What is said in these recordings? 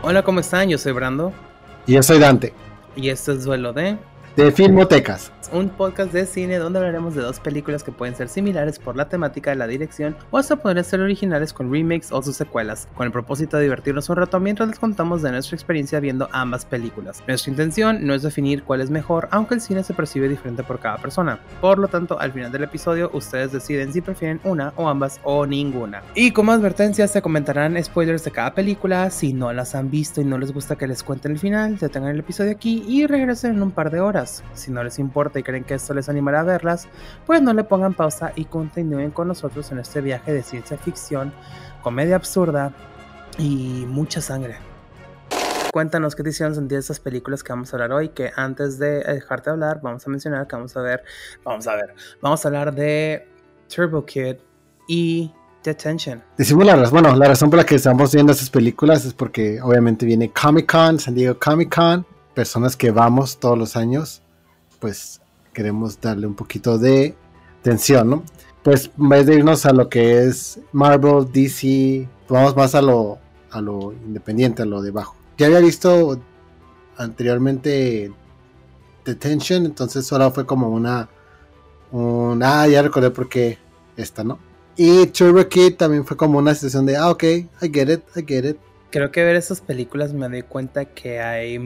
Hola, ¿cómo están? Yo soy Brando. Y yo soy Dante. Y esto es Duelo de Filmotecas. Un podcast de cine donde hablaremos de dos películas que pueden ser similares por la temática de la dirección o hasta podrían ser originales con remakes o sus secuelas, con el propósito de divertirnos un rato mientras les contamos de nuestra experiencia viendo ambas películas. Nuestra intención no es definir cuál es mejor, aunque el cine se percibe diferente por cada persona. Por lo tanto, al final del episodio, ustedes deciden si prefieren una o ambas o ninguna. Y como advertencia, se comentarán spoilers de cada película. Si no las han visto y no les gusta que les cuenten el final, detengan el episodio aquí y regresen en un par de horas. Si no les importa y creen que esto les animará a verlas, pues no le pongan pausa y continúen con nosotros en este viaje de ciencia ficción, comedia absurda y mucha sangre. Cuéntanos qué te hicieron sentir estas películas que vamos a hablar hoy, que antes de dejarte hablar vamos a mencionar que vamos a hablar de Turbo Kid y Detention. Decimos la razón por la que estamos viendo estas películas es porque obviamente viene Comic Con, San Diego Comic Con, personas que vamos todos los años, pues queremos darle un poquito de tensión, ¿no? Pues en vez de irnos a lo que es Marvel, DC, vamos más a lo independiente, a lo de abajo. Ya había visto anteriormente Detention, entonces solo fue como ya recordé por qué esta, ¿no? Y Turbo Kid también fue como una situación de, ok, I get it. Creo que ver esas películas me doy cuenta que hay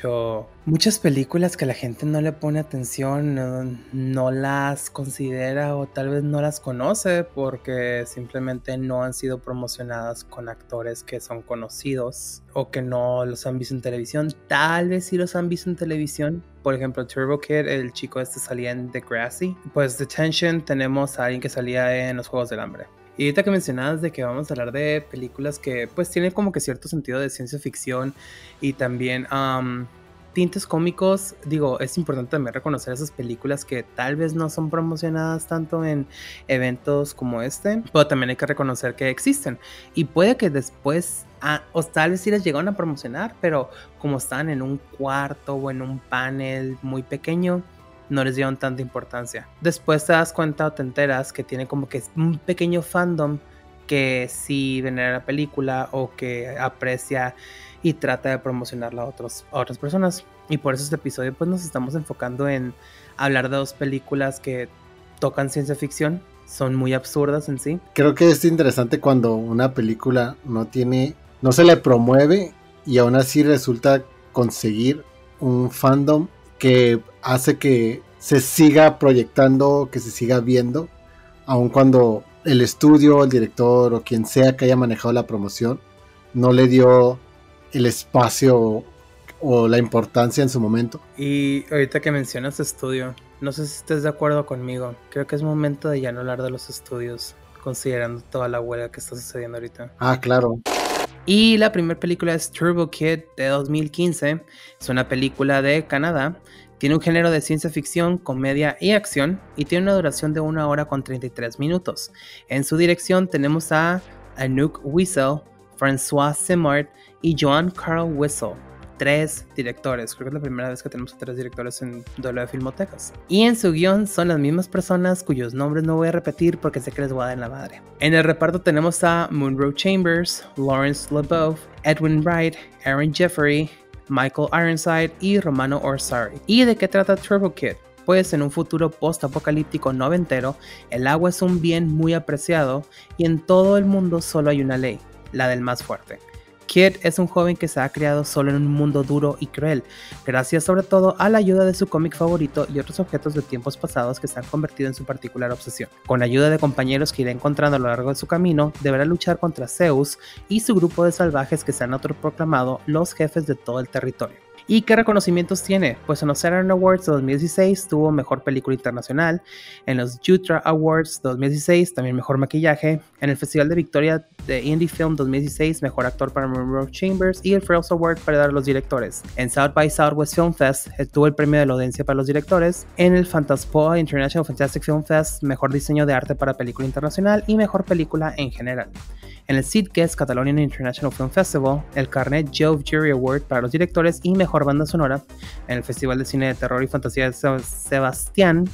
muchas películas que la gente no le pone atención, no las considera o tal vez no las conoce porque simplemente no han sido promocionadas con actores que son conocidos o que no los han visto en televisión. Tal vez sí los han visto en televisión. Por ejemplo, Turbo Kid, el chico salía en Degrassi. Pues Detention tenemos a alguien que salía en Los Juegos del Hambre. Y ahorita que mencionabas de que vamos a hablar de películas que pues tienen como que cierto sentido de ciencia ficción y también tintes cómicos, digo, es importante también reconocer esas películas que tal vez no son promocionadas tanto en eventos como este, pero también hay que reconocer que existen y puede que después o tal vez sí les llegaron a promocionar, pero como están en un cuarto o en un panel muy pequeño, no les dieron tanta importancia. Después te das cuenta o te enteras que tiene como que un pequeño fandom que sí venera la película o que aprecia y trata de promocionarla a otras personas. Y por eso este episodio pues nos estamos enfocando en hablar de dos películas que tocan ciencia ficción. Son muy absurdas en sí. Creo que es interesante cuando una película no se le promueve y aún así resulta conseguir un fandom que hace que se siga proyectando, que se siga viendo, aun cuando el estudio, el director o quien sea que haya manejado la promoción no le dio el espacio o la importancia en su momento. Y ahorita que mencionas estudio, no sé si estés de acuerdo conmigo, creo que es momento de ya no hablar de los estudios, considerando toda la huelga que está sucediendo ahorita. Ah, claro. Y la primera película es Turbo Kid de 2015, es una película de Canadá, tiene un género de ciencia ficción, comedia y acción y tiene una duración de 1 hora con 33 minutos. En su dirección tenemos a Anouk Wiesel, François Simard y Joan Carl Wiesel. 3 directores, creo que es la primera vez que tenemos a 3 directores en Duelo de Filmotecas. Y en su guión son las mismas personas cuyos nombres no voy a repetir porque sé que les voy a dar en la madre. En el reparto tenemos a Munro Chambers, Lawrence LeBeouf, Edwin Wright, Aaron Jeffrey, Michael Ironside y Romano Orsari. ¿Y de qué trata Turbo Kid? Pues en un futuro post-apocalíptico noventero, el agua es un bien muy apreciado y en todo el mundo solo hay una ley, la del más fuerte. Kid es un joven que se ha criado solo en un mundo duro y cruel, gracias sobre todo a la ayuda de su cómic favorito y otros objetos de tiempos pasados que se han convertido en su particular obsesión. Con ayuda de compañeros que irá encontrando a lo largo de su camino, deberá luchar contra Zeus y su grupo de salvajes que se han autoproclamado los jefes de todo el territorio. ¿Y qué reconocimientos tiene? Pues en los Saturn Awards de 2016 tuvo Mejor Película Internacional, en los Jutra Awards 2016 también Mejor Maquillaje, en el Festival de Victoria de Indie Film 2016 Mejor Actor para Munro Chambers y el Frost Award para dar a los directores. En South by Southwest Film Fest tuvo el premio de la audiencia para los directores, en el Fantaspoa International Fantastic Film Fest Mejor Diseño de Arte para Película Internacional y Mejor Película en general. En el Sitges Catalonian International Film Festival, el Carnet Jove Jury Award para los directores y Mejor Banda Sonora, en el Festival de Cine de Terror y Fantasía de Sebastián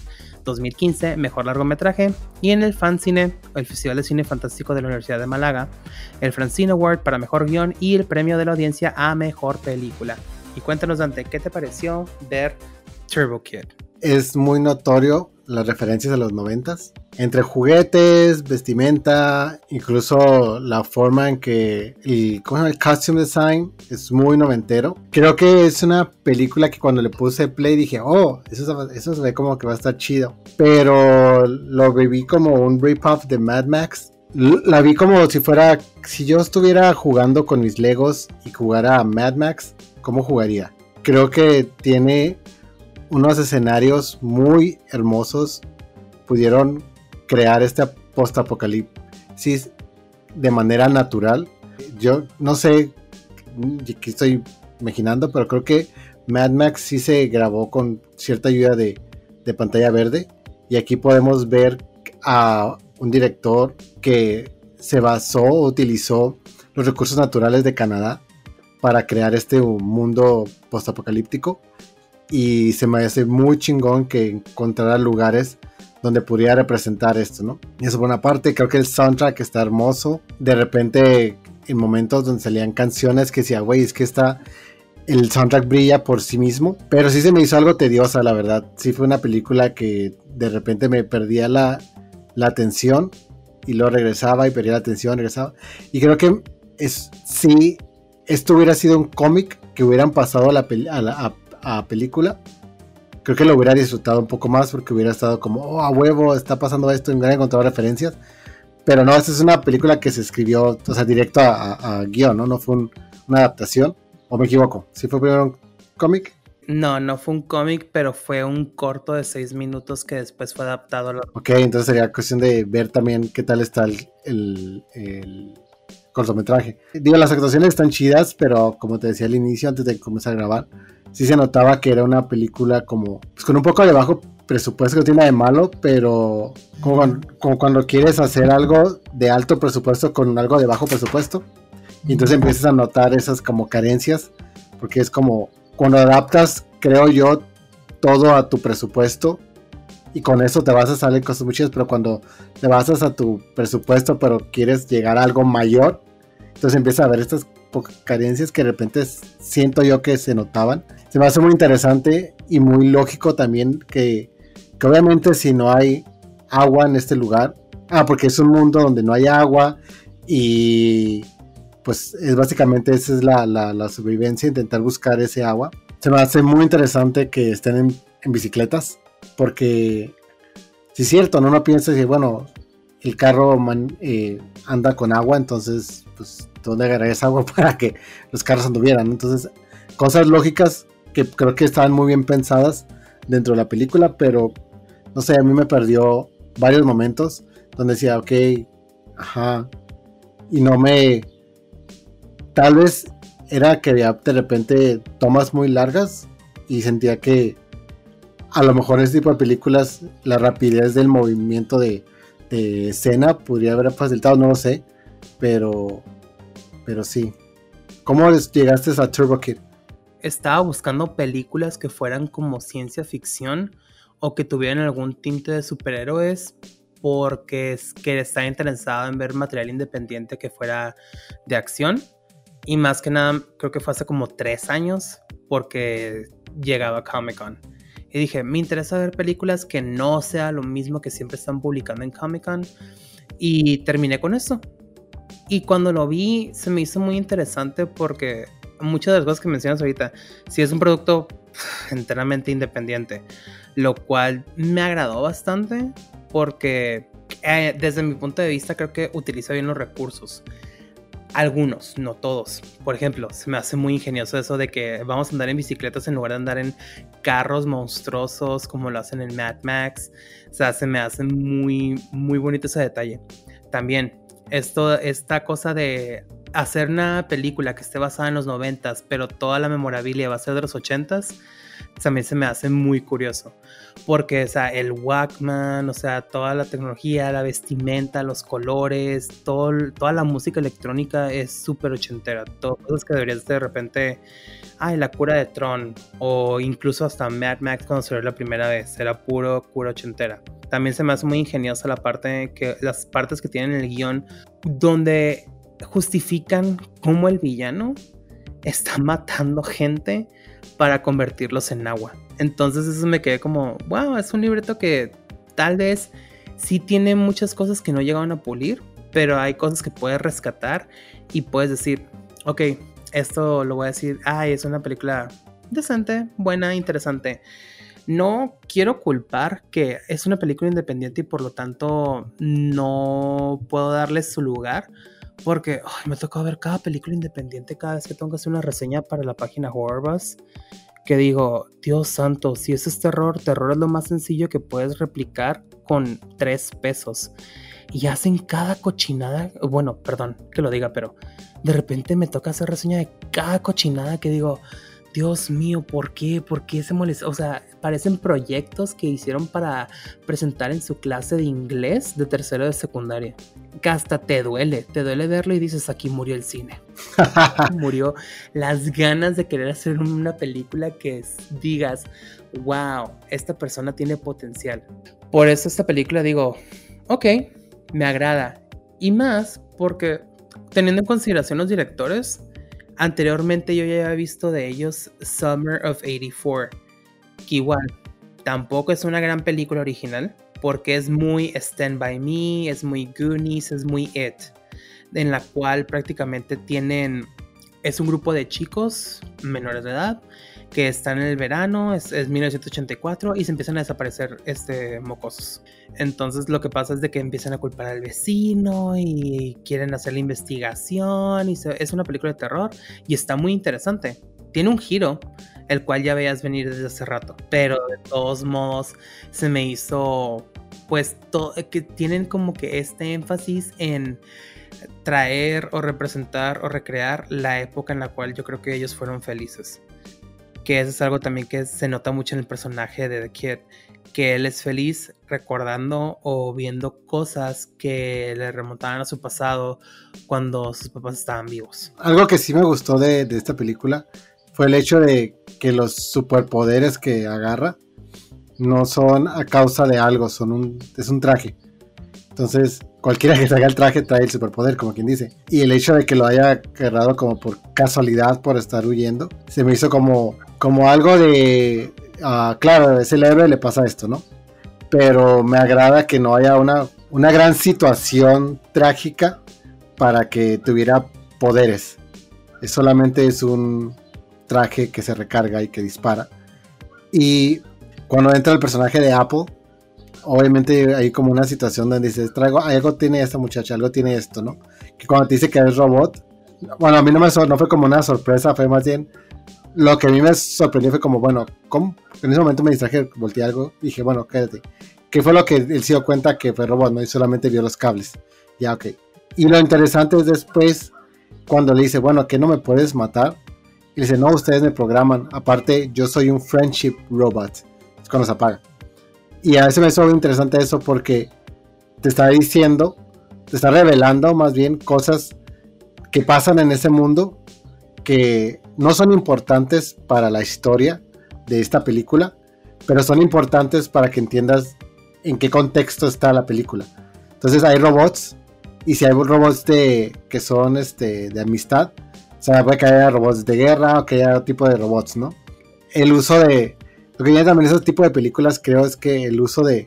2015, mejor largometraje, y en el FanCine, el Festival de Cine Fantástico de la Universidad de Málaga, el Francine Award para mejor guión y el premio de la audiencia a mejor película. Y cuéntanos, Dante, ¿qué te pareció ver Turbo Kid? Es muy notorio las referencias a los 90s. Entre juguetes, vestimenta, incluso la forma en que el costume design es muy noventero. Creo que es una película que cuando le puse play dije, oh, eso se ve como que va a estar chido. Pero lo viví como un rip-off de Mad Max. La vi como si yo estuviera jugando con mis Legos y jugara a Mad Max, ¿cómo jugaría? Creo que tiene unos escenarios muy hermosos. Pudieron crear este post-apocalipsis de manera natural. Yo no sé qué estoy imaginando, pero creo que Mad Max sí se grabó con cierta ayuda de pantalla verde. Y aquí podemos ver a un director que utilizó los recursos naturales de Canadá para crear este mundo post-apocalíptico. Y se me hace muy chingón que encontrara lugares donde pudiera representar esto, ¿no? Y eso por una parte. Creo que el soundtrack está hermoso. De repente, en momentos donde salían canciones que decía, güey, es que el soundtrack brilla por sí mismo. Pero sí se me hizo algo tediosa, la verdad. Sí fue una película que de repente me perdía la atención. Y luego regresaba y perdía la atención, regresaba. Y creo que si esto hubiera sido un cómic que hubieran pasado a película, creo que lo hubiera disfrutado un poco más, porque hubiera estado como, oh, a huevo, está pasando esto, y me hubiera encontrado referencias. Pero no, esta es una película que se escribió, o sea, directo a guión, ¿no? No fue una adaptación, ¿o me equivoco? ¿Sí fue primero un cómic? No fue un cómic, pero fue un corto de 6 minutos que después fue adaptado a Ok, entonces sería cuestión de ver también qué tal está el cortometraje. Digo, las actuaciones están chidas, pero como te decía al inicio, antes de comenzar a grabar, sí se notaba que era una película como, pues, con un poco de bajo presupuesto, que no tiene nada de malo, pero como cuando quieres hacer algo de alto presupuesto con algo de bajo presupuesto, y entonces empiezas a notar esas como carencias, porque es como cuando adaptas, creo yo, todo a tu presupuesto, y con eso te vas a salir cosas muy chidas. Pero cuando te basas a tu presupuesto pero quieres llegar a algo mayor, entonces empiezas a ver estas carencias que de repente siento yo que se notaban. Se me hace muy interesante y muy lógico también que obviamente si no hay agua en este lugar, porque es un mundo donde no hay agua, y pues es básicamente esa es la sobrevivencia, intentar buscar ese agua. Se me hace muy interesante que estén en bicicletas, porque si es cierto, ¿no? Uno piensa que, bueno, el carro anda con agua, entonces, pues, ¿dónde agarrarías agua para que los carros anduvieran? Entonces, cosas lógicas que creo que estaban muy bien pensadas dentro de la película, pero, no sé, a mí me perdió varios momentos donde decía, ok, ajá, y tal vez era que había de repente tomas muy largas y sentía que a lo mejor en este tipo de películas la rapidez del movimiento de escena podría haber facilitado, no lo sé, pero sí. ¿Cómo llegaste a Turbo Kid? Estaba buscando películas que fueran como ciencia ficción o que tuvieran algún tinte de superhéroes, porque estaba interesado en ver material independiente que fuera de acción. Y más que nada, creo que fue hace como 3 años, porque llegaba Comic-Con. Y dije, me interesa ver películas que no sea lo mismo que siempre están publicando en Comic-Con. Y terminé con eso. Y cuando lo vi, se me hizo muy interesante, porque muchas de las cosas que mencionas ahorita, sí es un producto enteramente independiente, lo cual me agradó bastante, porque desde mi punto de vista creo que utiliza bien los recursos. Algunos, no todos. Por ejemplo, se me hace muy ingenioso eso de que vamos a andar en bicicletas en lugar de andar en carros monstruosos como lo hacen en Mad Max. O sea, se me hace muy, muy bonito ese detalle. También, esta cosa de hacer una película que esté basada en los 90s, pero toda la memorabilia va a ser de los 80s, también se me hace muy curioso. Porque, o sea, el Walkman, o sea, toda la tecnología, la vestimenta, los colores, toda la música electrónica es súper ochentera. Todo cosas que deberías de repente, ay, la cura de Tron, o incluso hasta Mad Max cuando salió la primera vez, era puro cura ochentera. También se me hace muy ingeniosa las partes que tienen el guión donde justifican cómo el villano está matando gente para convertirlos en agua. Entonces eso me quedé como, wow, es un libreto que tal vez sí tiene muchas cosas que no llegaron a pulir, pero hay cosas que puedes rescatar y puedes decir, ok, esto lo voy a decir, ay, es una película decente, buena, interesante. No quiero culpar que es una película independiente y por lo tanto no puedo darle su lugar, porque me tocó ver cada película independiente cada vez que tengo que hacer una reseña para la página Horrorbuds, que digo, Dios santo, si eso es terror es lo más sencillo que puedes replicar con 3 pesos. Y hacen cada cochinada, bueno, perdón que lo diga, pero de repente me toca hacer reseña de cada cochinada que digo, Dios mío, ¿por qué? ¿Por qué se molesta? O sea, parecen proyectos que hicieron para presentar en su clase de inglés de tercero de secundaria. Que hasta te duele verlo y dices, aquí murió el cine. Murió las ganas de querer hacer una película que digas, wow, esta persona tiene potencial. Por eso esta película digo, ok, me agrada. Y más porque teniendo en consideración los directores, anteriormente yo ya había visto de ellos Summer of 84, que igual tampoco es una gran película original, porque es muy Stand By Me, es muy Goonies, es muy It, en la cual prácticamente es un grupo de chicos menores de edad que están en el verano, es 1984 y se empiezan a desaparecer mocosos. Entonces lo que pasa es de que empiezan a culpar al vecino y quieren hacer la investigación y es una película de terror y está muy interesante. Tiene un giro, el cual ya veías venir desde hace rato, pero de todos modos se me hizo pues que tienen como que este énfasis en traer o representar o recrear la época en la cual yo creo que ellos fueron felices. Que eso es algo también que se nota mucho en el personaje de The Kid, que él es feliz recordando o viendo cosas que le remontaban a su pasado cuando sus papás estaban vivos. Algo que sí me gustó de esta película fue el hecho de que los superpoderes que agarra no son a causa de algo, es un traje. Entonces, cualquiera que traiga el traje trae el superpoder, como quien dice. Y el hecho de que lo haya agarrado como por casualidad, por estar huyendo, se me hizo como algo de... claro, ese héroe le pasa esto, ¿no? Pero me agrada que no haya una gran situación trágica para que tuviera poderes. Solamente es un traje que se recarga y que dispara. Y cuando entra el personaje de Apple, obviamente hay como una situación donde dices, algo tiene esta muchacha, algo tiene esto, ¿no? Que cuando te dice que es robot, bueno, a mí no fue como una sorpresa, fue más bien, lo que a mí me sorprendió fue como, bueno, ¿cómo? En ese momento me distraje, volteé algo, y dije, bueno, quédate. ¿Qué fue lo que él se dio cuenta que fue robot, no? Y solamente vio los cables. Ya, ok. Y lo interesante es después, cuando le dice, bueno, ¿qué no me puedes matar? Y le dice, no, ustedes me programan, aparte yo soy un friendship robot. Es cuando se apaga. Y a veces me hizo interesante eso porque te está diciendo, te está revelando más bien cosas que pasan en ese mundo que no son importantes para la historia de esta película, pero son importantes para que entiendas en qué contexto está la película. Entonces hay robots, y si hay robots que son de amistad, o sea, puede que haya robots de guerra o que haya tipo de robots, ¿no? El uso de... Lo que tiene también esos tipos de películas, creo, es que el uso de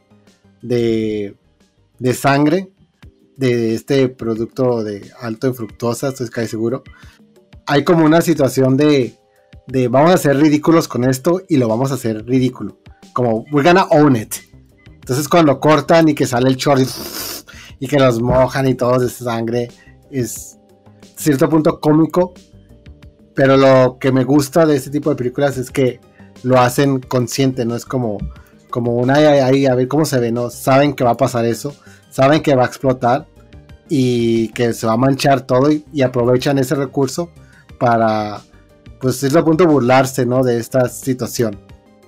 sangre, de este producto de alto en fructosa, estoy casi seguro. Hay como una situación de vamos a ser ridículos con esto y lo vamos a hacer ridículo. Como, we're gonna own it. Entonces cuando cortan y que sale el chorro y que los mojan y todo de sangre, es a cierto punto cómico. Pero lo que me gusta de este tipo de películas es que lo hacen consciente, no es como ahí a ver cómo se ve, no, saben que va a pasar eso, saben que va a explotar y que se va a manchar todo y aprovechan ese recurso para, pues, es a punto de burlarse, ¿no? De esta situación.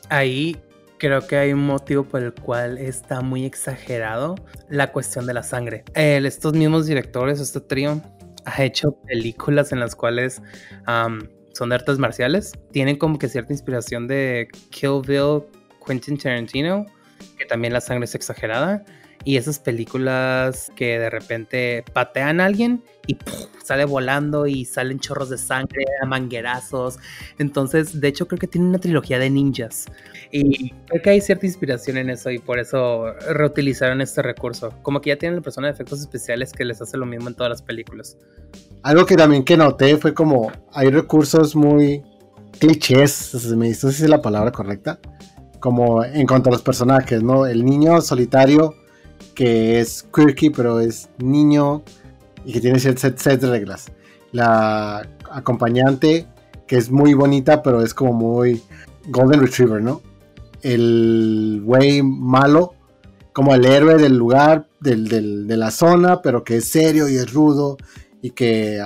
Ahí creo que hay un motivo por el cual está muy exagerado la cuestión de la sangre. Estos mismos directores, este trío, ha hecho películas en las cuales son de artes marciales. Tienen como que cierta inspiración de Kill Bill, Quentin Tarantino, que también la sangre es exagerada. Y esas películas que de repente patean a alguien y ¡puf! Sale volando y salen chorros de sangre, a manguerazos. Entonces, de hecho, creo que tiene una trilogía de ninjas. Y creo que hay cierta inspiración en eso y por eso reutilizaron este recurso. Como que ya tienen la persona de efectos especiales que les hace lo mismo en todas las películas. Algo que también que noté fue como hay recursos muy clichés, no sé si es la palabra correcta, como en cuanto a los personajes, ¿no? El niño solitario que es quirky, pero es niño y que tiene cierto set de reglas. La acompañante que es muy bonita, pero es como muy Golden Retriever, ¿no? El güey malo, como el héroe del lugar, de la zona, pero que es serio y es rudo y que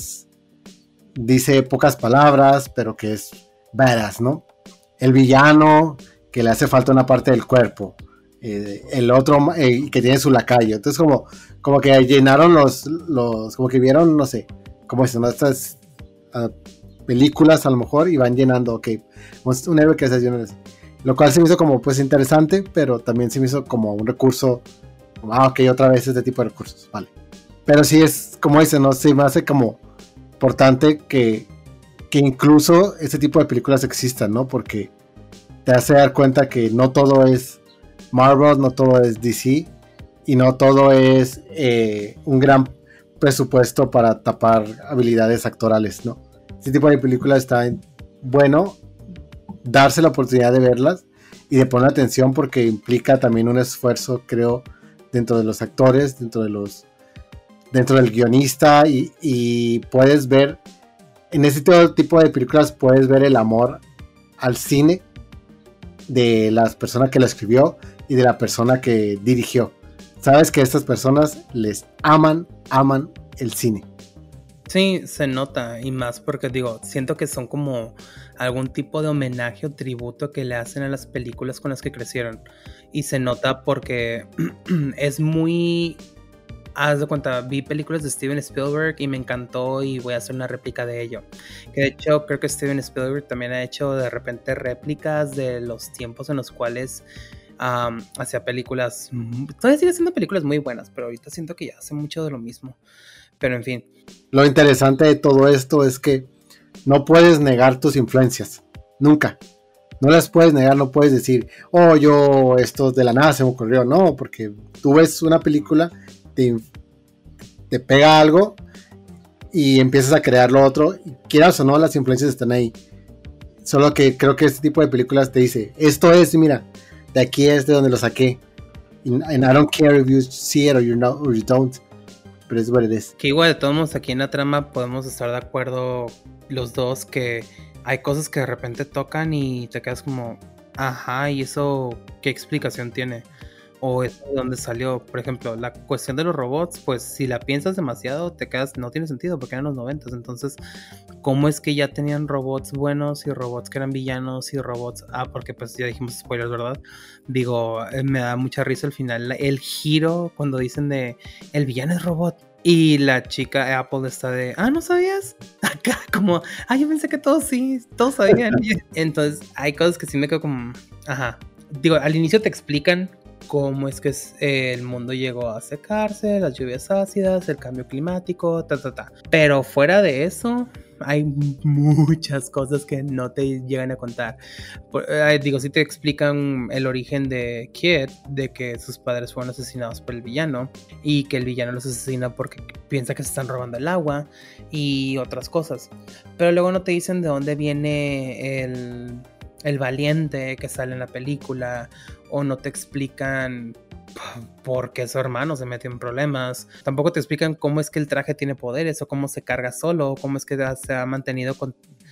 dice pocas palabras, pero que es badass, ¿no? El villano, que le hace falta una parte del cuerpo. El otro que tiene su lacayo. Entonces como que llenaron los como que vieron, no sé, como dicen, ¿no? Estas películas a lo mejor y van llenando, ok, un héroe que es así, lo cual se me hizo como pues interesante, pero también se me hizo como un recurso, como, ok, otra vez este tipo de recursos, vale. Pero sí es, como dicen, ¿no? Sí me hace como importante que incluso este tipo de películas existan, ¿no? Porque te hace dar cuenta que no todo es Marvel, no todo es DC y no todo es un gran presupuesto para tapar habilidades actorales, ¿no? Este tipo de películas está bueno darse la oportunidad de verlas y de poner atención porque implica también un esfuerzo, creo, dentro de los actores, dentro del guionista y puedes ver en este tipo de películas puedes ver el amor al cine de la persona que la escribió y de la persona que dirigió. Sabes que estas personas les aman el cine. Sí, se nota, y más porque digo, siento que son como algún tipo de homenaje o tributo que le hacen a las películas con las que crecieron. Y se nota porque es muy... Haz de cuenta, vi películas de Steven Spielberg y me encantó y voy a hacer una réplica de ello. Que de hecho creo que Steven Spielberg también ha hecho de repente réplicas de los tiempos en los cuales hacía películas. Todavía sigue haciendo películas muy buenas, pero ahorita siento que ya hace mucho de lo mismo. Pero en fin. Lo interesante de todo esto es que no puedes negar tus influencias. Nunca. No las puedes negar, no puedes decir, oh, yo esto de la nada se me ocurrió. No, porque tú ves una película, te pega algo y empiezas a crear lo otro. Y quieras o no, las influencias están ahí. Solo que creo que este tipo de películas te dice, esto es, mira, de aquí es de donde lo saqué. And I don't care if you see it or you don't. Pero es what it is. Que igual de todos modos aquí en la trama podemos estar de acuerdo los dos que hay cosas que de repente tocan y te quedas como, ajá, ¿y eso qué explicación tiene? O es de dónde salió. Por ejemplo, la cuestión de los robots, pues si la piensas demasiado te quedas, no tiene sentido porque eran los 90s. Entonces, ¿cómo es que ya tenían robots buenos y robots que eran villanos y robots? Porque pues ya dijimos spoilers, ¿verdad? Digo, me da mucha risa al final el giro cuando dicen de el villano es robot. Y la chica Apple está de, ¿no sabías? Acá como, yo pensé que todos sí, todos sabían. Entonces hay cosas que sí me quedo como, ajá. Digo, al inicio te explican cómo es que el mundo llegó a secarse, las lluvias ácidas, el cambio climático, Pero fuera de eso, hay muchas cosas que no te llegan a contar. Digo, sí te explican el origen de Kid, de que sus padres fueron asesinados por el villano y que el villano los asesina porque piensa que se están robando el agua y otras cosas. Pero luego no te dicen de dónde viene el valiente que sale en la película, o no te explican por qué su hermano se metió en problemas. Tampoco te explican cómo es que el traje tiene poderes, o cómo se carga solo, o cómo es que se ha mantenido con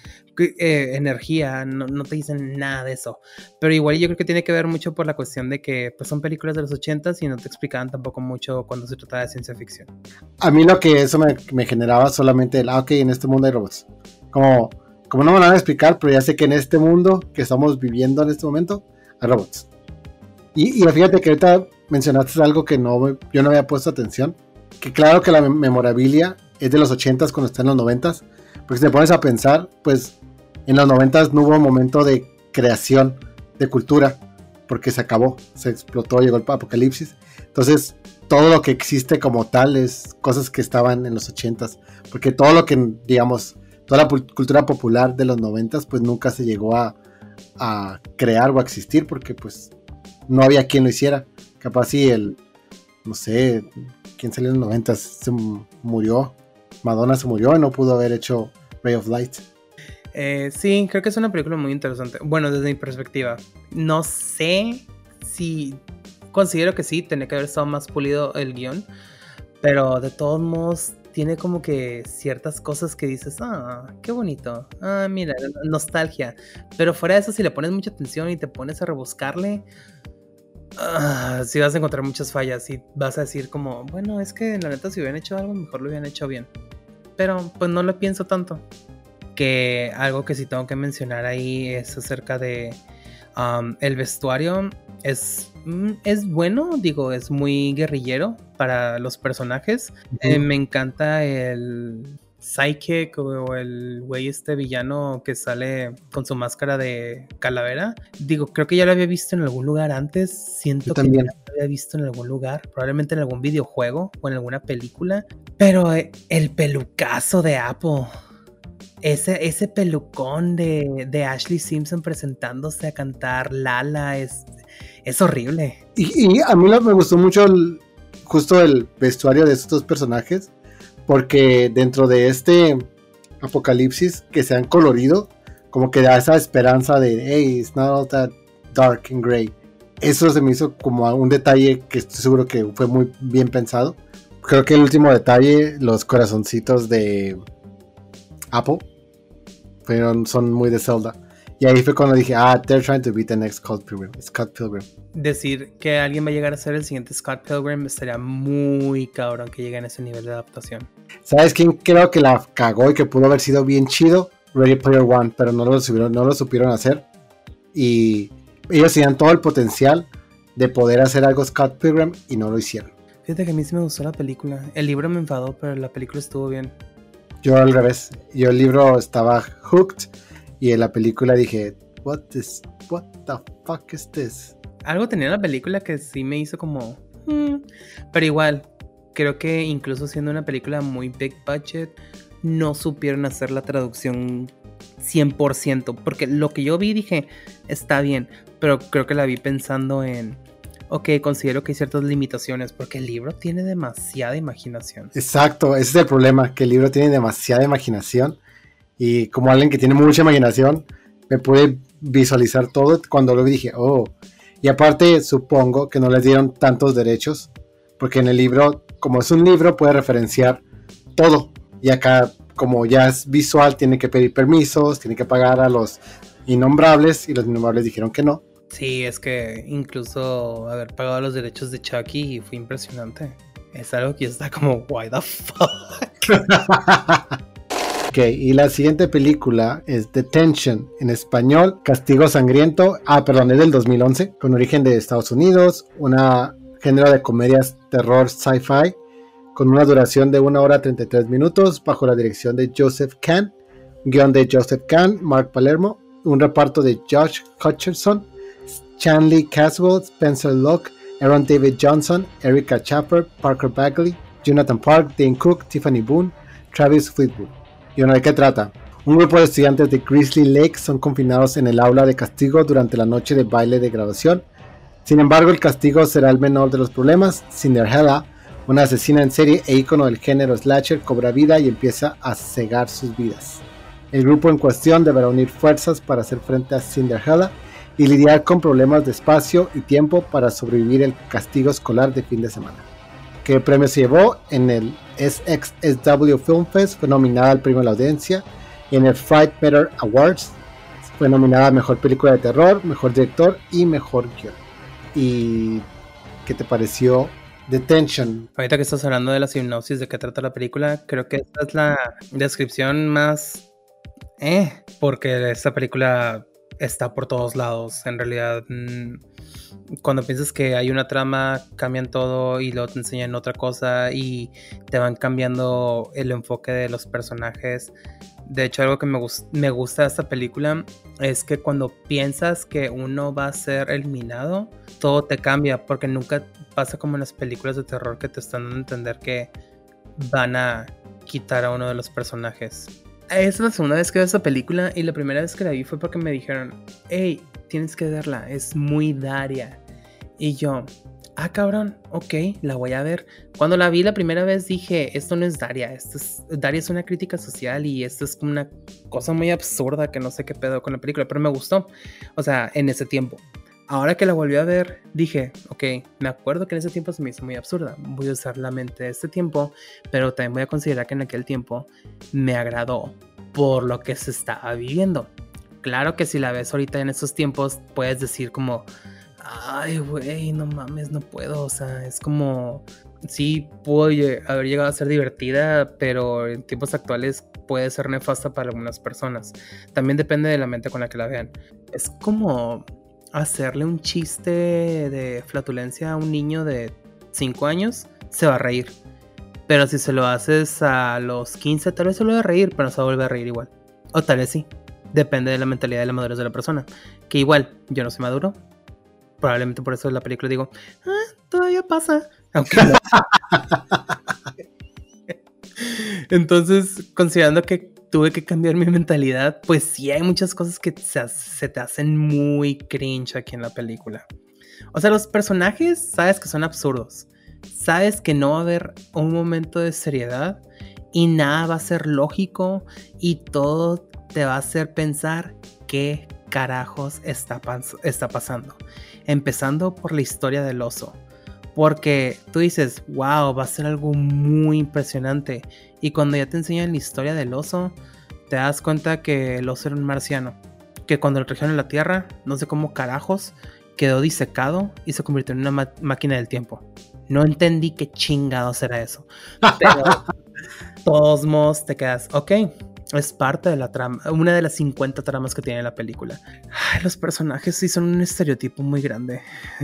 energía. No te dicen nada de eso. Pero igual yo creo que tiene que ver mucho por la cuestión de que pues, son películas de los 80s y no te explicaban tampoco mucho cuando se trataba de ciencia ficción. A mí lo que eso me generaba solamente ok, en este mundo hay robots. Como como no me lo van a explicar, pero ya sé que en este mundo que estamos viviendo en este momento, hay robots. Y fíjate que ahorita mencionaste algo que yo no había puesto atención, que claro que la memorabilia es de los 80s cuando está en los 90s, porque si te pones a pensar, pues en los 90s no hubo un momento de creación de cultura, porque se acabó, se explotó, llegó el apocalipsis. Entonces todo lo que existe como tal es cosas que estaban en los 80s, porque todo lo que, digamos, toda la cultura popular de los 90s pues nunca se llegó a crear o a existir, porque pues no había quien lo hiciera. Capaz si no sé, quién salió en los 90s se murió, Madonna se murió y no pudo haber hecho Ray of Light. Sí, creo que es una película muy interesante. Bueno, desde mi perspectiva. No sé si... Considero que sí, tenía que haber estado más pulido el guión. Pero de todos modos, tiene como que ciertas cosas que dices, qué bonito. Mira, nostalgia. Pero fuera de eso, si le pones mucha atención y te pones a rebuscarle, sí vas a encontrar muchas fallas. Y vas a decir como, bueno, es que la neta si hubieran hecho algo, mejor lo hubieran hecho bien. Pero pues no lo pienso tanto. Que algo que sí tengo que mencionar ahí es acerca de el vestuario. Es bueno, digo, es muy guerrillero para los personajes. Me encanta el Psychic o el güey villano que sale con su máscara de calavera. Digo, creo que ya lo había visto en algún lugar antes. Siento que ya lo había visto en algún lugar, probablemente en algún videojuego o en alguna película. Pero el pelucazo de Apple, ese pelucón de Ashley Simpson presentándose a cantar Lala es horrible. Y a mí me gustó mucho justo el vestuario de estos dos personajes, porque dentro de este apocalipsis que se han colorido, como que da esa esperanza de, hey, it's not all that dark and gray. Eso se me hizo como un detalle que estoy seguro que fue muy bien pensado. Creo que el último detalle, los corazoncitos de Apple, son muy de Zelda. Y ahí fue cuando dije, they're trying to be the next Scott Pilgrim. Decir que alguien va a llegar a ser el siguiente Scott Pilgrim estaría muy cabrón que llegue a ese nivel de adaptación. ¿Sabes quién creo que la cagó y que pudo haber sido bien chido? Ready Player One, pero no lo supieron hacer. Y ellos tenían todo el potencial de poder hacer algo Scott Pilgrim y no lo hicieron. Fíjate que a mí sí me gustó la película. El libro me enfadó, pero la película estuvo bien. Yo al revés. Yo el libro estaba hooked y en la película dije, what the fuck is this? Algo tenía la película que sí me hizo como... Pero igual, creo que incluso siendo una película muy big budget, no supieron hacer la traducción 100%. Porque lo que yo vi dije, está bien, pero creo que la vi pensando en... Ok, considero que hay ciertas limitaciones porque el libro tiene demasiada imaginación. Exacto, ese es el problema, que el libro tiene demasiada imaginación y como alguien que tiene mucha imaginación me pude visualizar todo cuando lo vi dije, y aparte supongo que no les dieron tantos derechos porque en el libro, como es un libro, puede referenciar todo y acá como ya es visual tiene que pedir permisos, tiene que pagar a los innombrables y los innombrables dijeron que no. Sí, es que incluso haber pagado los derechos de Chucky fue impresionante. Es algo que está como, why the fuck. Ok, y la siguiente película es Detention, en español, Castigo Sangriento. Perdón, es del 2011, con origen de Estados Unidos, una género de comedias terror sci-fi, con una duración de 1 hora 33 minutos, bajo la dirección de Joseph Kahn, guión de Joseph Kahn, Mark Palermo, un reparto de Josh Hutcherson, Chanley Caswell, Spencer Locke, Aaron David Johnson, Erica Chapper, Parker Bagley, Jonathan Park, Dane Cook, Tiffany Boone, Travis Fleetwood. ¿Y de qué trata? Un grupo de estudiantes de Grizzly Lake son confinados en el aula de castigo durante la noche de baile de graduación. Sin embargo, el castigo será el menor de los problemas. Cinderella, una asesina en serie e ícono del género slasher, cobra vida y empieza a cegar sus vidas. El grupo en cuestión deberá unir fuerzas para hacer frente a Cinderella y lidiar con problemas de espacio y tiempo para sobrevivir el castigo escolar de fin de semana. ¿Qué premio se llevó? En el SXSW Film Fest fue nominada al premio de la audiencia y en el Fright Better Awards fue nominada a Mejor Película de Terror, Mejor Director y Mejor Guión. ¿Y qué te pareció Detention? Ahorita que estás hablando de la sinopsis de qué trata la película, creo que esta es la descripción más Porque esta película está por todos lados. En realidad, cuando piensas que hay una trama, cambian todo y luego te enseñan otra cosa y te van cambiando el enfoque de los personajes. De hecho, algo que me gusta de esta película es que cuando piensas que uno va a ser eliminado, todo te cambia, porque nunca pasa como en las películas de terror que te están dando a entender que van a quitar a uno de los personajes. Esa es la segunda vez que veo esta película, y la primera vez que la vi fue porque me dijeron, hey, tienes que verla, es muy Daria. Y yo, cabrón, ok, la voy a ver. Cuando la vi la primera vez dije, esto no es Daria, Daria es una crítica social y esto es como una cosa muy absurda que no sé qué pedo con la película, pero me gustó, o sea, en ese tiempo. Ahora que la volví a ver, dije, ok, me acuerdo que en ese tiempo se me hizo muy absurda, voy a usar la mente de este tiempo, pero también voy a considerar que en aquel tiempo me agradó por lo que se estaba viviendo. Claro que si la ves ahorita en estos tiempos, puedes decir como, ay, güey, no mames, no puedo, o sea, es como, sí, pudo haber llegado a ser divertida, pero en tiempos actuales puede ser nefasta para algunas personas. También depende de la mente con la que la vean. Es como hacerle un chiste de flatulencia a un niño de 5 años, se va a reír. Pero si se lo haces a los 15, tal vez se lo va a reír, pero no se va a volver a reír igual. O tal vez sí. Depende de la mentalidad y la madurez de la persona. Que igual, yo no soy maduro. Probablemente por eso en la película digo, todavía pasa. Aunque no. Entonces, considerando que tuve que cambiar mi mentalidad, pues sí hay muchas cosas que se te hacen muy cringe aquí en la película. O sea, los personajes, sabes que son absurdos. Sabes que no va a haber un momento de seriedad y nada va a ser lógico y todo te va a hacer pensar qué carajos está pasando. Empezando por la historia del oso. Porque tú dices, wow, va a ser algo muy impresionante. Y cuando ya te enseñan la historia del oso, te das cuenta que el oso era un marciano. Que cuando lo trajeron a la Tierra, no sé cómo carajos, quedó disecado y se convirtió en una máquina del tiempo. No entendí qué chingados era eso. Pero todos modos te quedas, ok, es parte de la trama, una de las 50 tramas que tiene la película. Los personajes sí son un estereotipo muy grande.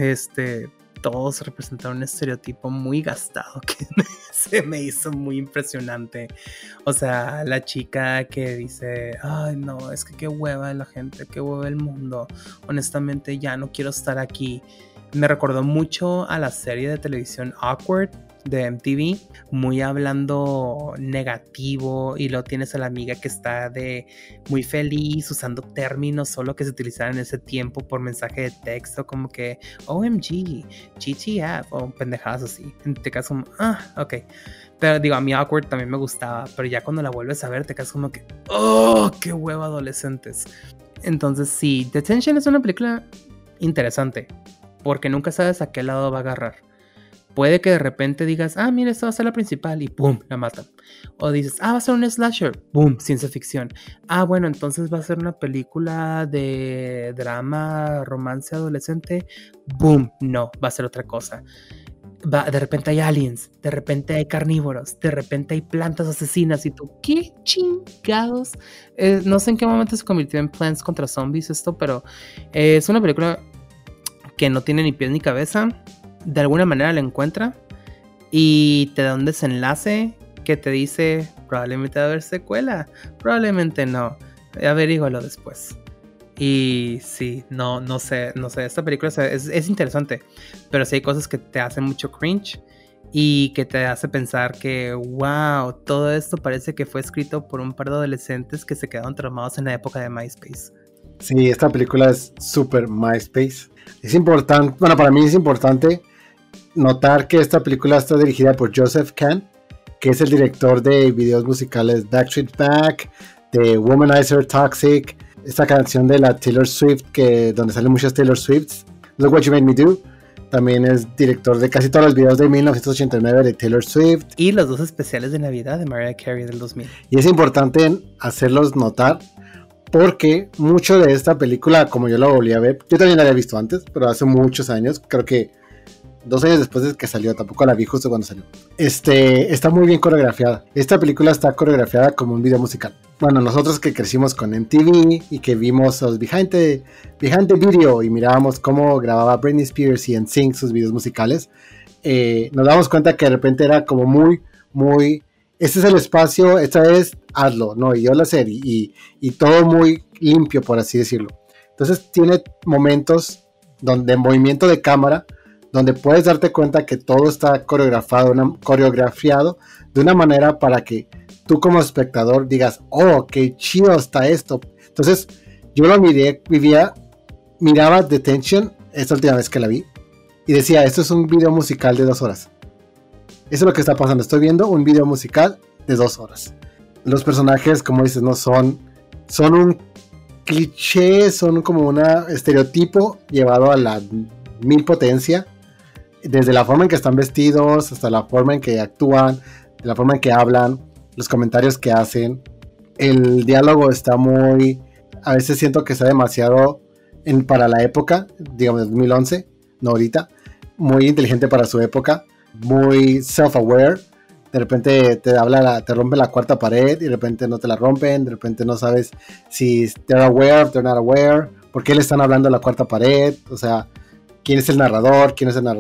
Todos representaron un estereotipo muy gastado que se me hizo muy impresionante. O sea, la chica que dice, ay no, es que qué hueva de la gente, qué hueva el mundo, honestamente ya no quiero estar aquí. Me recordó mucho a la serie de televisión Awkward de MTV, muy hablando negativo, y luego tienes a la amiga que está de muy feliz usando términos solo que se utilizaban en ese tiempo por mensaje de texto, como que OMG, GTF o pendejadas así. Te quedas como, ok. Pero digo, a mí Awkward también me gustaba, pero ya cuando la vuelves a ver te quedas como que, oh, qué huevo adolescentes. Entonces sí, Detention es una película interesante porque nunca sabes a qué lado va a agarrar. Puede que de repente digas, mira, esta va a ser la principal y ¡pum! La matan. O dices, va a ser un slasher, ¡pum! Ciencia ficción. Bueno, entonces va a ser una película de drama, romance adolescente, ¡pum! No, va a ser otra cosa. De repente hay aliens, de repente hay carnívoros, de repente hay plantas asesinas y tú, ¿qué chingados? No sé en qué momento se convirtió en Plants contra Zombies esto, pero es una película que no tiene ni pies ni cabeza. De alguna manera la encuentra y te da un desenlace que te dice probablemente va a haber secuela, probablemente no, averígualo después. Y sí, no sé, esta película es interesante, pero sí hay cosas que te hacen mucho cringe y que te hace pensar que wow, todo esto parece que fue escrito por un par de adolescentes que se quedaron traumados en la época de MySpace. Sí, esta película es súper MySpace. Es importante, bueno, para mí es importante notar que esta película está dirigida por Joseph Kahn, que es el director de videos musicales Backstreet Back, de Womanizer, Toxic, esta canción de la Taylor Swift, donde salen muchas Taylor Swifts, Look What You Made Me Do. También es director de casi todos los videos de 1989 de Taylor Swift. Y los 2 especiales de Navidad de Mariah Carey del 2000. Y es importante hacerlos notar porque mucho de esta película, como yo la volví a ver, yo también la había visto antes, pero hace muchos años, creo que 2 años después de que salió, tampoco la vi justo cuando salió. Está muy bien coreografiada. Esta película está coreografiada como un video musical. Bueno, nosotros que crecimos con MTV y que vimos los behind the video y mirábamos cómo grababa Britney Spears y NSYNC sus videos musicales, nos damos cuenta que de repente era como muy, este es el espacio, esta vez hazlo, ¿no? Y yo lo sé, y todo muy limpio, por así decirlo. Entonces tiene momentos donde movimiento de cámara, donde puedes darte cuenta que todo está coreografiado de una manera para que tú como espectador digas, oh, qué chido está esto. Entonces yo lo miraba Detention, esta última vez que la vi, y decía, esto es un video musical de 2 horas. Eso es lo que está pasando, estoy viendo un video musical de 2 horas. Los personajes, como dices, no son un cliché, son como un estereotipo llevado a la 1000 potencia, desde la forma en que están vestidos, hasta la forma en que actúan, de la forma en que hablan, los comentarios que hacen. El diálogo está a veces siento que está demasiado para la época, digamos 2011, no ahorita, muy inteligente para su época, muy self-aware. De repente te rompe la cuarta pared y de repente no te la rompen, de repente no sabes si they're aware, they're not aware, por qué le están hablando a la cuarta pared, o sea, quién es el narrador.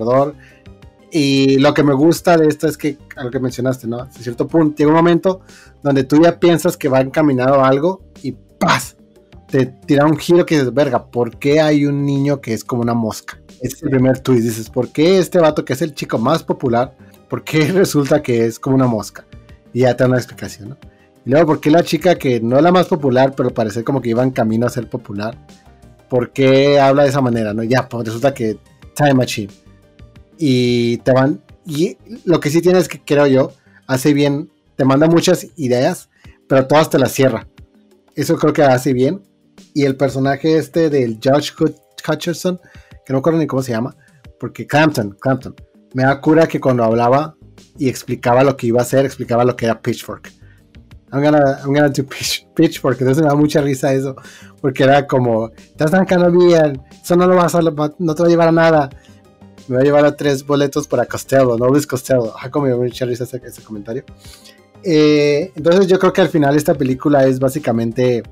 Y lo que me gusta de esto es que, a lo que mencionaste, ¿no? A cierto punto llega un momento donde tú ya piensas que va encaminado a algo y ¡paz! Te tira un giro que dices, verga, ¿por qué hay un niño que es como una mosca? Es el primer twist, dices, ¿por qué este vato que es el chico más popular, por qué resulta que es como una mosca? Y ya te da una explicación, ¿no? Y luego, ¿por qué la chica que no es la más popular, pero parece como que iba en camino a ser popular, por qué habla de esa manera, ¿no? Ya, pues resulta que Time Machine. Y lo que sí tiene es que, creo yo, hace bien, te manda muchas ideas, pero todas te las cierra. Eso creo que hace bien. Y el personaje del Josh Hutcherson, que no recuerdo ni cómo se llama, porque Clampton, me da cura que cuando hablaba y explicaba lo que iba a hacer, explicaba lo que era Pitchfork. I'm gonna do Pitchfork, entonces me da mucha risa eso, porque era como, that's not gonna be eso no te va a llevar a nada, me va a llevar a 3 boletos para Costello, no Luis Costello. Como me da mucha risa ese comentario. Entonces yo creo que al final esta película es básicamente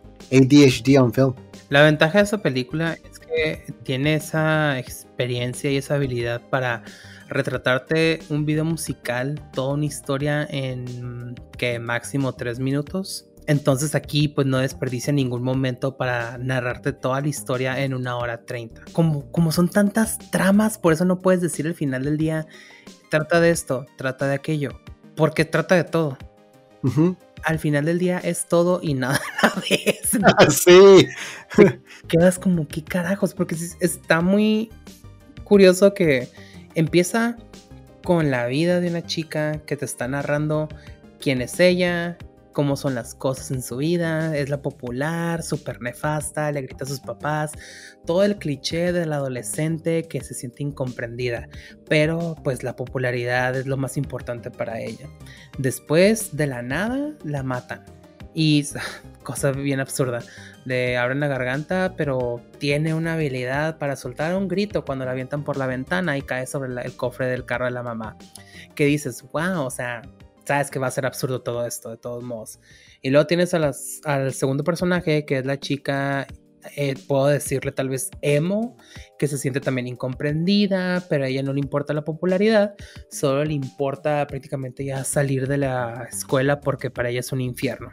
ADHD on film. La ventaja de esa película es que tiene esa experiencia y esa habilidad para retratarte un video musical, toda una historia en que máximo 3 minutos. Entonces aquí pues no desperdicia ningún momento para narrarte toda la historia en 1 hora 30. Como son tantas tramas, por eso no puedes decir al final del día, trata de esto, trata de aquello, porque trata de todo. Uh-huh. Al final del día es todo y nada a la vez. Sí. Quedas como, ¿qué carajos? Porque está muy curioso que empieza con la vida de una chica que te está narrando quién es ella, cómo son las cosas en su vida, es la popular, súper nefasta, le grita a sus papás, todo el cliché del adolescente que se siente incomprendida, pero pues la popularidad es lo más importante para ella. Después, de la nada, la matan. Y cosa bien absurda, le abren la garganta, pero tiene una habilidad para soltar un grito cuando la avientan por la ventana y cae sobre el cofre del carro de la mamá. Que dices, wow, o sea, sabes que va a ser absurdo todo esto, de todos modos. Y luego tienes al segundo personaje, que es la chica, puedo decirle tal vez emo, que se siente también incomprendida, pero a ella no le importa la popularidad, solo le importa prácticamente ya salir de la escuela porque para ella es un infierno.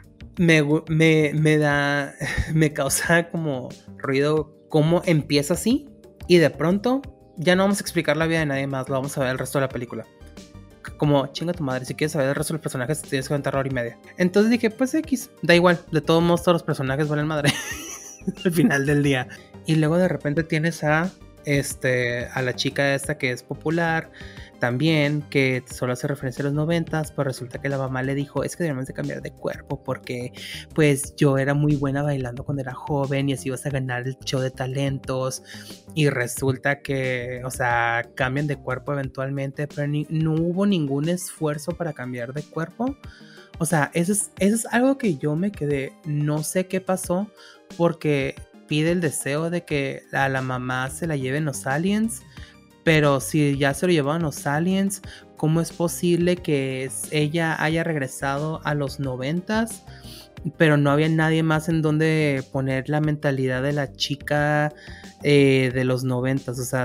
Me causa como ruido cómo empieza así y de pronto ya no vamos a explicar la vida de nadie más, lo vamos a ver el resto de la película. Como, chinga tu madre, si quieres saber el resto de los personajes tienes que aventar 1 hora y media. Entonces dije, pues X, da igual, de todos modos todos los personajes valen madre al final del día. Y luego de repente tienes a la chica esta que es popular también, que solo hace referencia a los 90s, pues resulta que la mamá le dijo, es que debemos de cambiar de cuerpo porque pues yo era muy buena bailando cuando era joven y así vas a ganar el show de talentos, y resulta que, o sea, cambian de cuerpo eventualmente, pero no hubo ningún esfuerzo para cambiar de cuerpo. O sea, eso es algo que yo me quedé, no sé qué pasó, porque pide el deseo de que a la mamá se la lleven los aliens, pero si ya se lo llevaban los aliens, ¿cómo es posible que ella haya regresado a los 90s? Pero no había nadie más en donde poner la mentalidad de la chica de los 90s. O sea,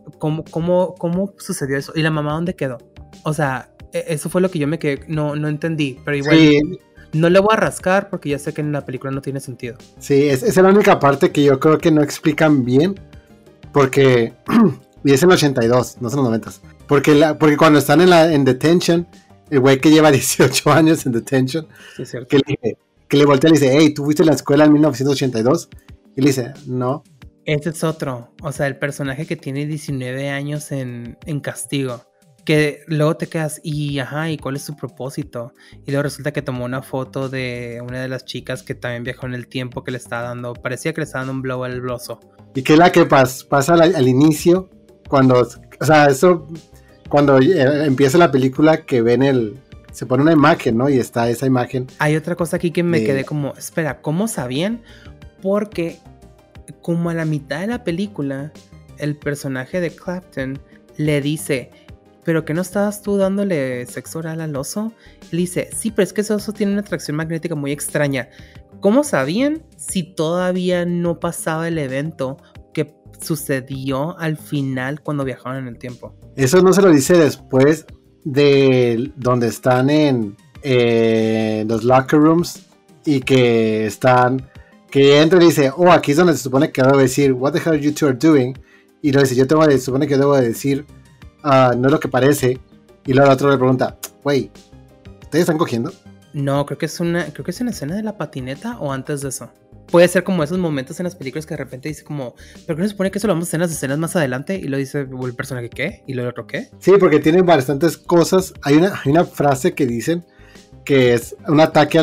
¿cómo sucedió eso? ¿Y la mamá dónde quedó? O sea, eso fue lo que yo me quedé, no entendí. Pero igual sí. No le voy a rascar porque ya sé que en la película no tiene sentido. Sí, es la única parte que yo creo que no explican bien. Porque, y es en el 82, no son los 90s. Porque cuando están en detention, el güey que lleva 18 años en detention, sí, es cierto. que le voltea y le dice, hey, ¿tú fuiste a la escuela en 1982? Y le dice, no. Este es otro, o sea, el personaje que tiene 19 años en castigo, que luego te quedas, ¿y cuál es su propósito? Y luego resulta que tomó una foto de una de las chicas que también viajó en el tiempo, que le estaba dando, parecía que le estaba dando un blow al bloso. Y que es la que pasa al inicio, cuando, o sea, eso, cuando empieza la película, que ven se pone una imagen, ¿no? Y está esa imagen. Hay otra cosa aquí que me quedé como, espera, ¿cómo sabían? Porque como a la mitad de la película, el personaje de Clapton le dice, ¿pero que no estabas tú dándole sexo oral al oso? Le dice, sí, pero es que ese oso tiene una atracción magnética muy extraña. ¿Cómo sabían si todavía no pasaba el evento que sucedió al final cuando viajaron en el tiempo? Eso no se lo dice después de donde están en los locker rooms y que entra y dice, oh, aquí es donde se supone que debo decir, what the hell you two are doing, y lo dice, se supone que debo decir, no es lo que parece, y luego el otro le pregunta, wey, ¿ustedes están cogiendo? No, creo que es una escena de la patineta o antes de eso. Puede ser como esos momentos en las películas que de repente dice como, ¿pero qué no se supone que eso lo vamos a hacer en las escenas más adelante? Y lo dice el personaje, ¿qué? Y luego el otro, ¿qué? Sí, porque tienen bastantes cosas. Hay una frase que dicen que es un ataque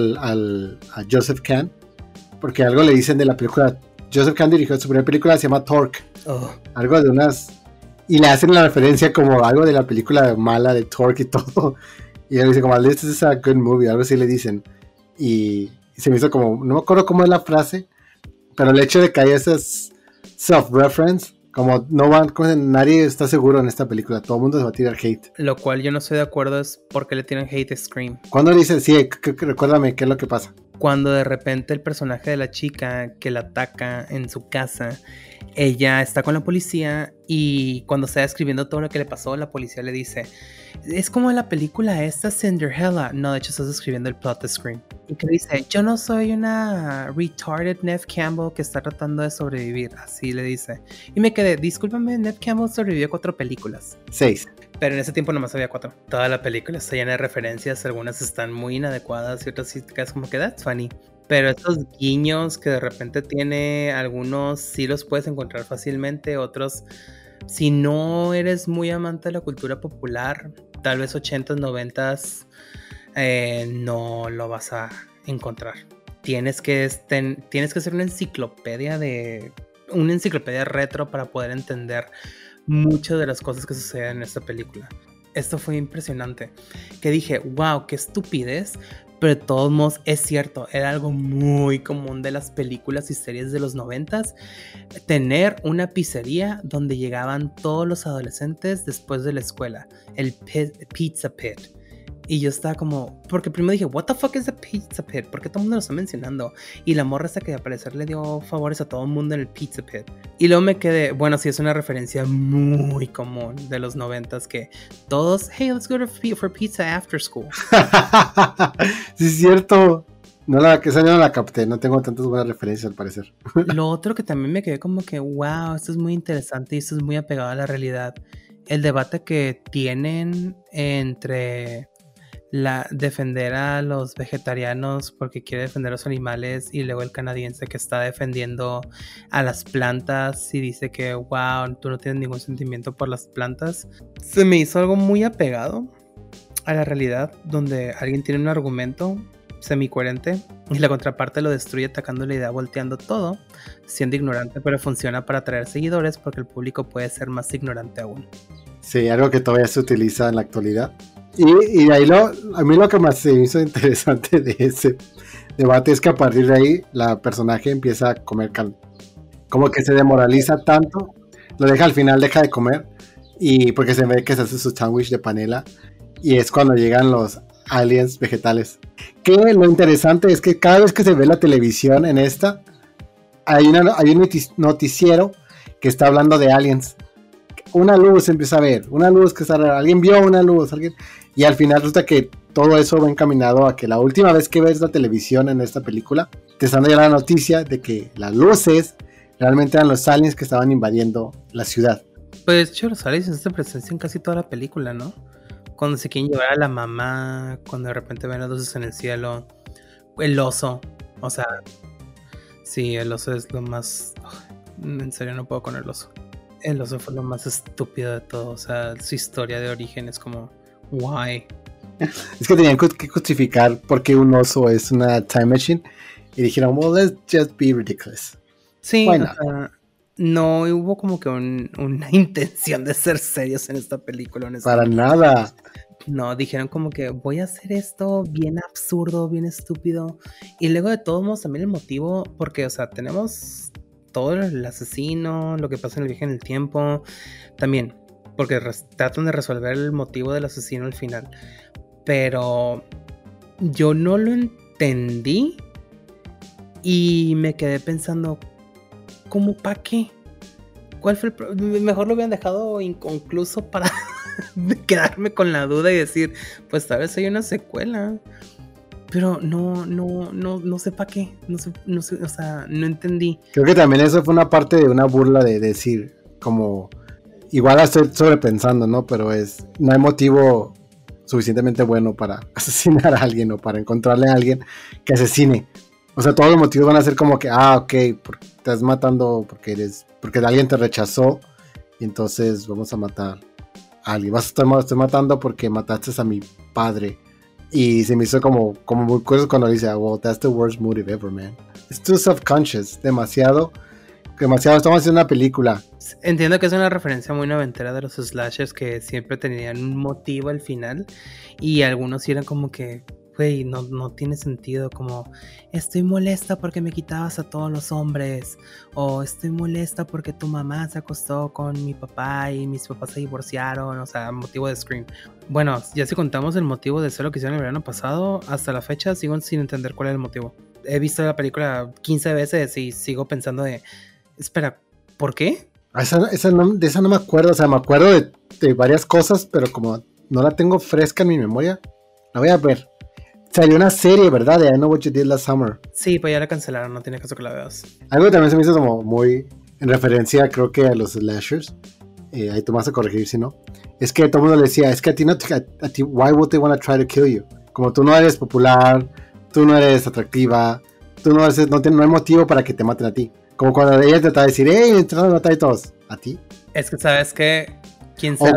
a Joseph Kahn, porque algo le dicen de la película. Joseph Kahn dirigió su primera película, se llama Torque. Algo de y le hacen la referencia como algo de la película mala de Torque y todo. Y él dice como, this is a good movie, algo así le dicen. Y se me hizo como, no me acuerdo cómo es la frase, pero el hecho de que haya esas self-reference, como nadie está seguro en esta película, todo el mundo se va a tirar hate. Lo cual yo no estoy de acuerdo es por qué le tiran hate a Scream. Cuando dice, sí, recuérdame, ¿qué es lo que pasa? Cuando de repente el personaje de la chica que la ataca en su casa, ella está con la policía y cuando está describiendo todo lo que le pasó, la policía le dice, es como la película esta Cinderella. No, de hecho estás describiendo el plot de Scream. Y que dice, yo no soy una retarded Neve Campbell que está tratando de sobrevivir. Así le dice. Y me quedé, discúlpame, Neve Campbell sobrevivió a 4 películas. 6. Pero en ese tiempo nomás había 4. Toda la película está llena de referencias. Algunas están muy inadecuadas y otras sí te quedas como que that's funny. Pero estos guiños que de repente tiene, algunos sí los puedes encontrar fácilmente. Otros, si no eres muy amante de la cultura popular, tal vez 80s, 90s, no lo vas a encontrar. Tienes que ser una enciclopedia retro para poder entender muchas de las cosas que suceden en esta película. Esto fue impresionante, que dije, wow, qué estupidez, pero de todos modos es cierto, era algo muy común de las películas y series de los 90s, tener una pizzería donde llegaban todos los adolescentes después de la escuela, el Pizza Pit. Y yo estaba como, porque primero dije, what the fuck is a Pizza Pit? ¿Por qué todo el mundo lo está mencionando? Y la morra esta que al parecer le dio favores a todo el mundo en el Pizza Pit. Y luego me quedé, bueno, sí, es una referencia muy común de los 90s que todos, hey, let's go for pizza after school. Sí, es cierto. Esa yo no la capté, no tengo tantas buenas referencias al parecer. Lo otro que también me quedé como que, wow, esto es muy interesante y esto es muy apegado a la realidad. El debate que tienen entre defender a los vegetarianos porque quiere defender a los animales y luego el canadiense que está defendiendo a las plantas y dice que wow, tú no tienes ningún sentimiento por las plantas. Se me hizo algo muy apegado a la realidad, donde alguien tiene un argumento semicoherente y la contraparte lo destruye atacando la idea, volteando todo, siendo ignorante, pero funciona para atraer seguidores porque el público puede ser más ignorante aún. Sí, algo que todavía se utiliza en la actualidad. Y de ahí a mí lo que más se hizo interesante de ese debate es que a partir de ahí la personaje empieza a comer carne. Como que se demoraliza tanto, lo deja al final, deja de comer, y porque se ve que se hace su sándwich de panela y es cuando llegan los aliens vegetales. Que lo interesante es que cada vez que se ve la televisión en esta, hay un noticiero que está hablando de aliens. Una luz se empieza a ver, una luz que está, alguien vio una luz, y al final resulta que todo eso va encaminado a que la última vez que ves la televisión en esta película, te están dando la noticia de que las luces realmente eran los aliens que estaban invadiendo la ciudad. Pues de hecho los aliens están presentes en casi toda la película, ¿no? Cuando se quieren llevar a la mamá, cuando de repente ven las luces en el cielo, el oso, o sea, sí, el oso es lo más... en serio no puedo con el oso. El oso fue lo más estúpido de todo, o sea, su historia de origen es como, why? Es que tenían que justificar por qué un oso es una time machine y dijeron, well, let's just be ridiculous. Sí, o sea, no hubo como que una intención de ser serios en esta película, honestamente. Para nada. No, dijeron como que voy a hacer esto bien absurdo, bien estúpido. Y luego de todos modos también el motivo, porque, o sea, tenemos todo el asesino, lo que pasa en el viaje en el tiempo, también, porque tratan de resolver el motivo del asesino al final. Pero yo no lo entendí y me quedé pensando, ¿cómo para qué? ¿Cuál fue mejor lo hubieran dejado inconcluso para quedarme con la duda y decir, pues tal vez hay una secuela. Pero no sé para qué. No sé, o sea, no entendí. Creo que también eso fue una parte de una burla de decir, como, igual la estoy sobrepensando, ¿no? Pero no hay motivo suficientemente bueno para asesinar a alguien o para encontrarle a alguien que asesine. O sea, todos los motivos van a ser como que, ok, estás matando porque alguien te rechazó y entonces vamos a matar a alguien. Estoy matando porque mataste a mi padre. Y se me hizo como muy curioso cuando dice, well, that's the worst motive ever, man. It's too self-conscious, demasiado. Estamos haciendo una película. Entiendo que es una referencia muy noventera de los slashers que siempre tenían un motivo al final. Y algunos eran como que, güey, no tiene sentido, como estoy molesta porque me quitabas a todos los hombres, o estoy molesta porque tu mamá se acostó con mi papá y mis papás se divorciaron, o sea, motivo de Scream. Bueno, ya si contamos el motivo de ser lo que hicieron el verano pasado, hasta la fecha sigo sin entender cuál es el motivo. He visto la película 15 veces y sigo pensando de, espera, ¿por qué? De esa no me acuerdo, o sea, me acuerdo de varias cosas, pero como no la tengo fresca en mi memoria, la voy a ver. Salió una serie, ¿verdad? De I Know What You Did Last Summer. Sí, pues ya la cancelaron, no tiene caso que la veas. Algo que también se me hizo como muy en referencia, creo que a los slashers. Ahí tú me vas a corregir si no. Es que todo el mundo le decía, es que a ti, why would they want to try to kill you? Como tú no eres popular, tú no eres atractiva, no hay motivo para que te maten a ti. Como cuando ella te trataba de decir, entrando a matar a todos. ¿A ti? Es que, ¿sabes qué? ¿Quién se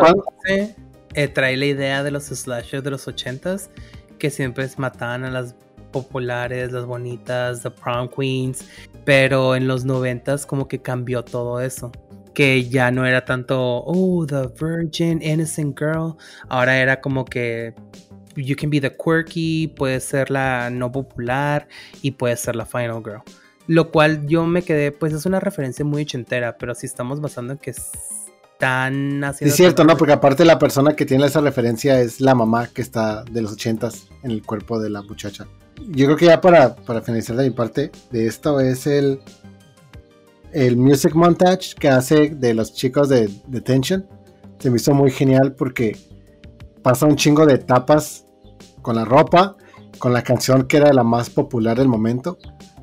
trae la idea de los slashers de los 80s? Que siempre mataban a las populares, las bonitas, the prom queens, pero en los 90s como que cambió todo eso, que ya no era tanto, the virgin, innocent girl, ahora era como que you can be the quirky, puedes ser la no popular y puedes ser la final girl, lo cual yo me quedé, pues es una referencia muy ochentera, pero si estamos basando en que están haciendo... Es cierto, ¿no? Porque aparte la persona que tiene esa referencia es la mamá que está de los 80s en el cuerpo de la muchacha. Yo creo que ya para finalizar de mi parte de esto es el music montage que hace de los chicos de Detention. Se me hizo muy genial porque pasa un chingo de etapas con la ropa, con la canción que era la más popular del momento.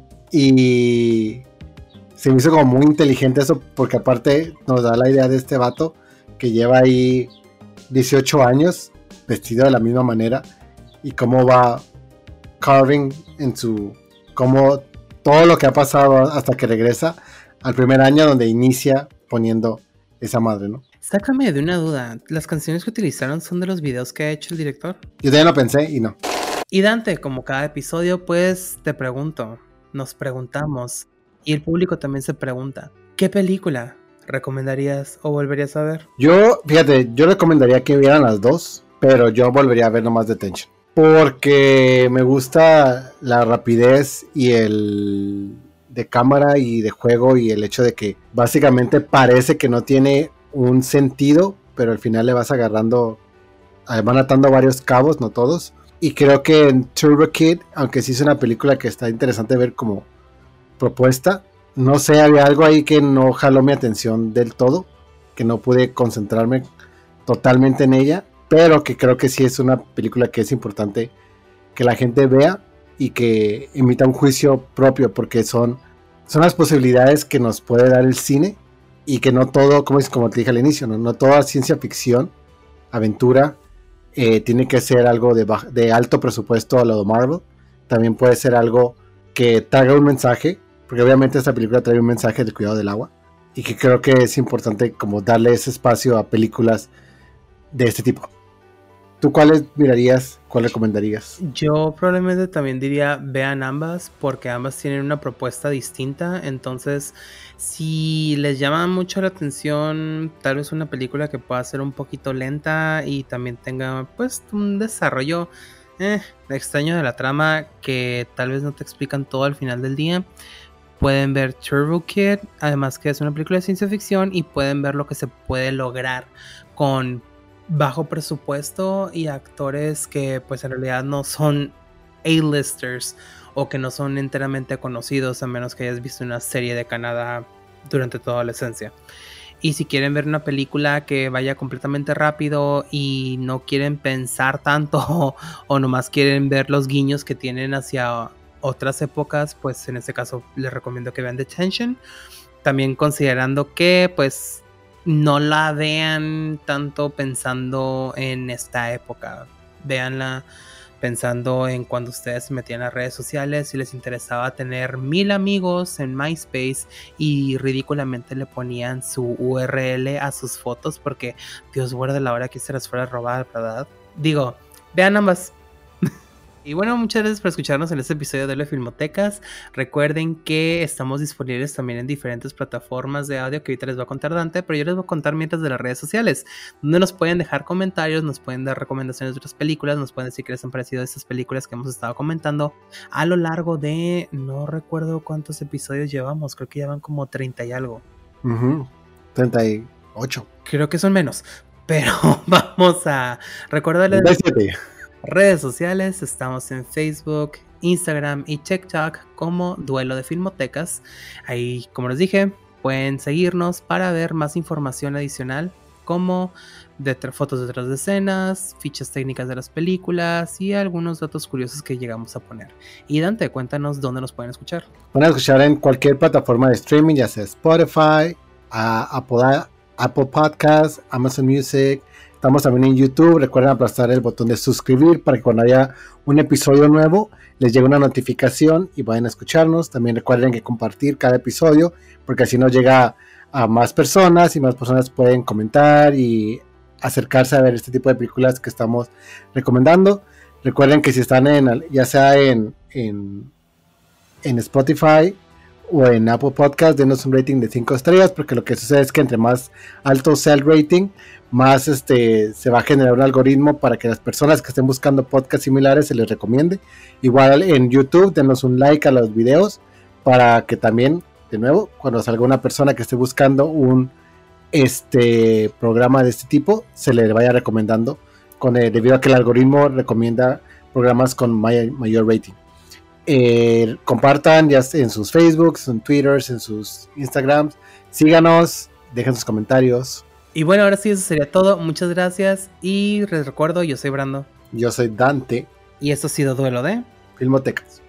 Y... se me hizo como muy inteligente eso, porque aparte nos da la idea de este vato que lleva ahí 18 años vestido de la misma manera y cómo va carving como todo lo que ha pasado hasta que regresa al primer año donde inicia poniendo esa madre, ¿no? Sácame de una duda, ¿las canciones que utilizaron son de los videos que ha hecho el director? Yo también lo pensé y no. Y Dante, como cada episodio, pues te pregunto, nos preguntamos, y el público también se pregunta, ¿qué película recomendarías o volverías a ver? Yo recomendaría que vieran las dos, pero yo volvería a ver nomás Detention. Porque me gusta la rapidez y el de cámara y de juego y el hecho de que básicamente parece que no tiene un sentido, pero al final le vas agarrando, van atando varios cabos, no todos. Y creo que en Turbo Kid, aunque sí es una película que está interesante ver como propuesta, no sé, había algo ahí que no jaló mi atención del todo, que no pude concentrarme totalmente en ella, pero que creo que sí es una película que es importante que la gente vea y que emita un juicio propio, porque son las posibilidades que nos puede dar el cine, y que no todo, como te dije al inicio, no toda ciencia ficción, aventura, tiene que ser algo de alto presupuesto a lo de Marvel. También puede ser algo que traiga un mensaje, porque obviamente esta película trae un mensaje del cuidado del agua, y que creo que es importante como darle ese espacio a películas de este tipo. ¿Tú cuáles mirarías? ¿Cuál recomendarías? Yo probablemente también diría vean ambas, porque ambas tienen una propuesta distinta. Entonces, si les llama mucho la atención tal vez una película que pueda ser un poquito lenta y también tenga pues un desarrollo extraño de la trama que tal vez no te explican todo al final del día, pueden ver Turbo Kid, además que es una película de ciencia ficción, y pueden ver lo que se puede lograr con bajo presupuesto y actores que pues en realidad no son A-listers o que no son enteramente conocidos, a menos que hayas visto una serie de Canadá durante tu adolescencia. Y si quieren ver una película que vaya completamente rápido y no quieren pensar tanto o nomás quieren ver los guiños que tienen hacia otras épocas, pues en este caso les recomiendo que vean Detention. También considerando que pues no la vean tanto pensando en esta época, véanla pensando en cuando ustedes se metían a las redes sociales y les interesaba tener 1000 amigos en MySpace y ridículamente le ponían su URL a sus fotos porque Dios guarde la hora que se las fuera a robar, ¿verdad? Digo, vean ambas. Y bueno, muchas gracias por escucharnos en este episodio de las Filmotecas. Recuerden que estamos disponibles también en diferentes plataformas de audio que ahorita les va a contar Dante, pero yo les voy a contar mientras de las redes sociales, donde nos pueden dejar comentarios, nos pueden dar recomendaciones de otras películas, nos pueden decir qué les han parecido estas películas que hemos estado comentando a lo largo de, no recuerdo cuántos episodios llevamos, creo que llevan como 30 y algo. 38. Creo que son menos, pero vamos a recordarles... 37. Redes sociales, estamos en Facebook, Instagram y TikTok como Duelo de Filmotecas. Ahí, como les dije, pueden seguirnos para ver más información adicional, como fotos detrás de escenas, fichas técnicas de las películas y algunos datos curiosos que llegamos a poner. Y Dante, cuéntanos dónde nos pueden escuchar. Pueden escuchar en cualquier plataforma de streaming, ya sea Spotify, Apple Podcasts, Amazon Music. Estamos también en YouTube. Recuerden aplastar el botón de suscribir para que cuando haya un episodio nuevo les llegue una notificación y vayan a escucharnos. También recuerden que compartir cada episodio, porque así nos llega a más personas y más personas pueden comentar y acercarse a ver este tipo de películas que estamos recomendando. Recuerden que si están ya sea en Spotify o en Apple Podcast, denos un rating de 5 estrellas, porque lo que sucede es que entre más alto sea el rating, más se va a generar un algoritmo para que las personas que estén buscando podcasts similares se les recomiende. Igual en YouTube, denos un like a los videos para que también, de nuevo, cuando salga una persona que esté buscando un programa de este tipo, se le vaya recomendando debido a que el algoritmo recomienda programas con mayor rating. Compartan ya en sus Facebooks, en Twitters, en sus Instagrams, síganos, dejen sus comentarios. Y bueno, ahora sí, eso sería todo. Muchas gracias y les recuerdo, yo soy Brando. Yo soy Dante. Y esto ha sido Duelo de Filmotecas.